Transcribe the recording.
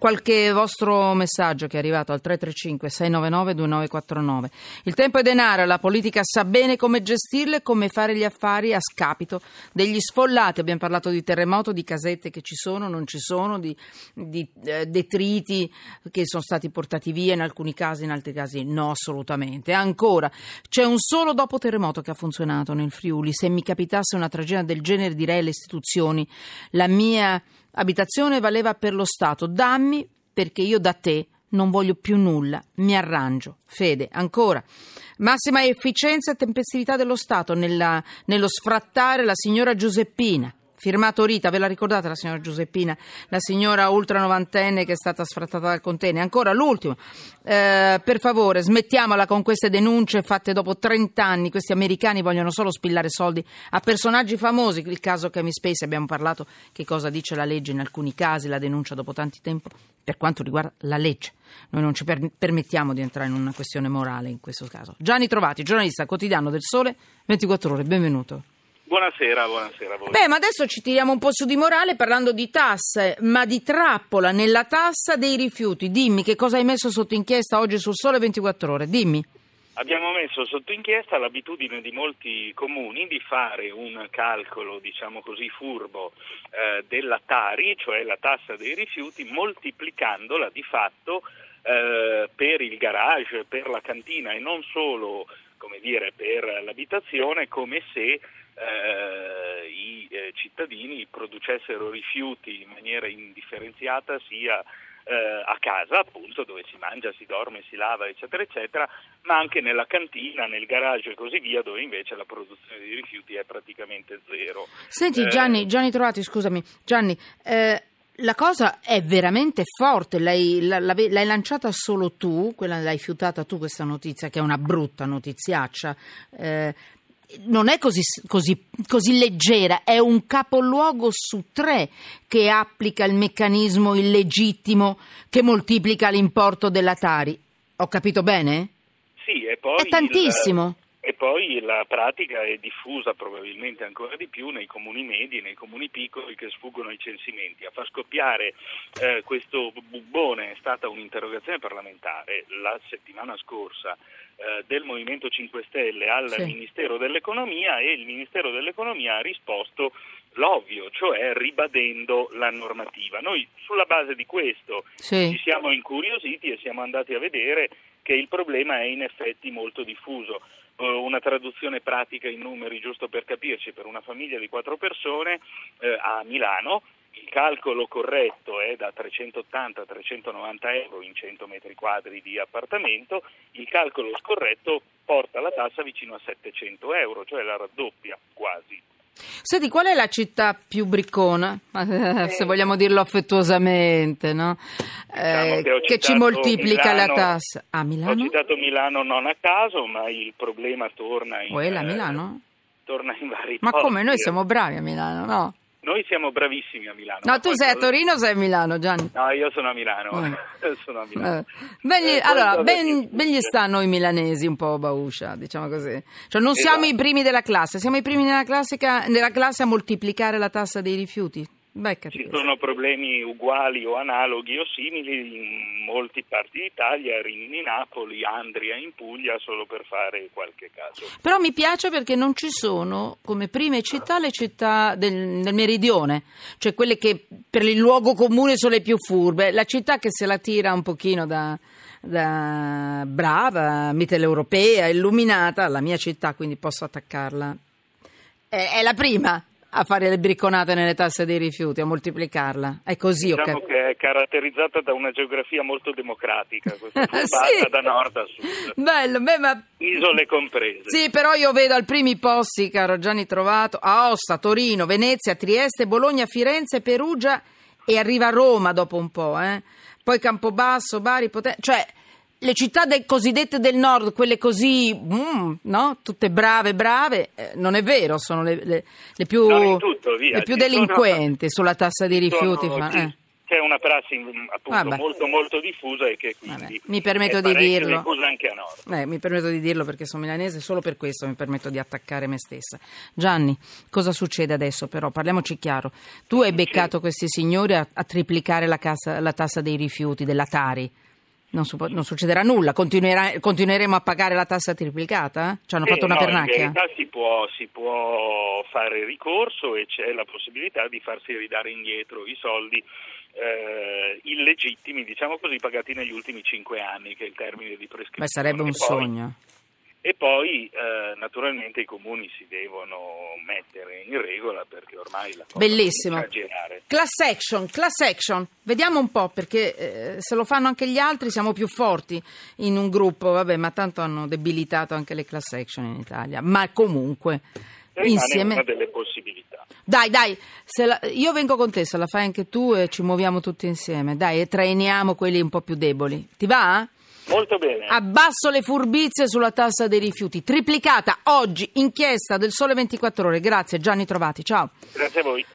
qualche vostro messaggio che è arrivato al 335-699-2949. Il tempo è denaro, la politica sa bene come gestirlo e come fare gli affari a scapito degli sfollati. Abbiamo parlato di terremoto, di casette che ci sono, non ci sono, di detriti che sono stati portati via in alcuni casi, in altri casi no, assolutamente. Ancora, c'è un solo dopo terremoto che ha funzionato nel Friuli. Se mi capitasse una tragedia del genere direi alle istituzioni: la mia abitazione valeva per lo Stato, dammi, perché io da te non voglio più nulla, mi arrangio. Fede, ancora, massima efficienza e tempestività dello Stato nello sfrattare la signora Giuseppina. Firmato Rita, ve la ricordate la signora Giuseppina, la signora ultra novantenne che è stata sfrattata dal container? Ancora l'ultimo, per favore smettiamola con queste denunce fatte dopo 30 anni, questi americani vogliono solo spillare soldi a personaggi famosi, il caso Kevin Spacey, abbiamo parlato che cosa dice la legge in alcuni casi, la denuncia dopo tanto tempo per quanto riguarda la legge, noi non ci permettiamo di entrare in una questione morale in questo caso. Gianni Trovati, giornalista quotidiano del Sole 24 Ore, benvenuto. Buonasera a voi. Ma adesso ci tiriamo un po' su di morale parlando di tasse, ma di trappola nella tassa dei rifiuti. Dimmi che cosa hai messo sotto inchiesta oggi sul Sole 24 Ore, dimmi. Abbiamo messo sotto inchiesta l'abitudine di molti comuni di fare un calcolo, diciamo così, furbo della Tari, cioè la tassa dei rifiuti, moltiplicandola di fatto per il garage, per la cantina e non solo, come dire, per l'abitazione, come se i cittadini producessero rifiuti in maniera indifferenziata sia a casa, appunto, dove si mangia, si dorme, si lava, eccetera, eccetera, ma anche nella cantina, nel garage e così via, dove invece la produzione di rifiuti è praticamente zero. Senti Gianni Trovati, scusami, Gianni, la cosa è veramente forte, l'hai lanciata solo tu, l'hai fiutata tu questa notizia, che è una brutta notiziaccia, non è così leggera, è un capoluogo su 3 che applica il meccanismo illegittimo che moltiplica l'importo della Tari. Ho capito bene? Sì, e poi è tantissimo. E poi la pratica è diffusa probabilmente ancora di più nei comuni medi, nei comuni piccoli che sfuggono ai censimenti. A far scoppiare questo bubbone è stata un'interrogazione parlamentare la settimana scorsa del Movimento 5 Stelle al Ministero dell'Economia, e il Ministero dell'Economia ha risposto l'ovvio, cioè ribadendo la normativa. Noi sulla base di questo ci siamo incuriositi e siamo andati a vedere che il problema è in effetti molto diffuso. Una traduzione pratica in numeri, giusto per capirci: per una famiglia di 4 persone a Milano il calcolo corretto è da 380 a 390 euro in 100 metri quadri di appartamento, il calcolo scorretto porta la tassa vicino a 700 euro, cioè la raddoppia quasi. Senti, qual è la città più briccona, se vogliamo dirlo affettuosamente, no? Che ci moltiplica Milano, la tassa? Milano? Ho citato Milano non a caso, ma il problema torna in Milano? Torna in vari Ma posti. Come? Noi siamo bravi a Milano, no? Noi siamo bravissimi a Milano. No, tu sei a Torino o sei a Milano, Gianni? No, io sono a Milano. Sono a Milano. Ben gli sta a noi milanesi un po' bauscia, diciamo così. Cioè non siamo i primi della classe, siamo i primi nella classe a moltiplicare la tassa dei rifiuti. Ci sono problemi uguali o analoghi o simili in molte parti d'Italia, Rimini, Napoli, Andria in Puglia, solo per fare qualche caso. Però mi piace perché non ci sono come prime città le città del meridione, cioè quelle che per il luogo comune sono le più furbe, la città che se la tira un pochino da brava, mitteleuropea, illuminata, la mia città, quindi posso attaccarla. È la prima a fare le bricconate nelle tasse dei rifiuti, a moltiplicarla. È così, diciamo che è caratterizzata da una geografia molto democratica, questa da nord a sud. Bello, ma isole comprese. Sì, però io vedo al primi posti, caro Gianni Trovato, Aosta, Torino, Venezia, Trieste, Bologna, Firenze, Perugia e arriva a Roma dopo un po', Poi Campobasso, Bari, Potenza, cioè le città cosiddette del nord, quelle così, no? Tutte brave, non è vero, sono le più, non in tutto, via. le più delinquenti sulla tassa dei rifiuti. C'è una prassi appunto molto molto diffusa e che quindi mi permetto di dirlo. Diffusa anche a nord. Mi permetto di dirlo perché sono milanese, solo per questo mi permetto di attaccare me stessa. Gianni, cosa succede adesso però? Parliamoci chiaro. Tu hai beccato questi signori a triplicare la tassa dei rifiuti, della Tari. Non succederà nulla, continueremo a pagare la tassa triplicata? Ci hanno fatto una pernacchia? In verità si può fare ricorso e c'è la possibilità di farsi ridare indietro i soldi illegittimi, diciamo così, pagati negli ultimi 5 anni, che è il termine di prescrizione. Beh, sarebbe un sogno. E poi naturalmente i comuni si devono mettere in regola perché ormai la cosa bellissimo. è esagerare. Class action, vediamo un po' perché se lo fanno anche gli altri siamo più forti in un gruppo, vabbè, ma tanto hanno debilitato anche le class action in Italia, ma comunque insieme è una delle possibilità. Dai, io vengo con te, se la fai anche tu e ci muoviamo tutti insieme, dai, e trainiamo quelli un po' più deboli. Ti va? Molto bene. Abbasso le furbizie sulla tassa dei rifiuti, triplicata oggi, inchiesta del Sole 24 Ore. Grazie Gianni Trovati, ciao. Grazie a voi.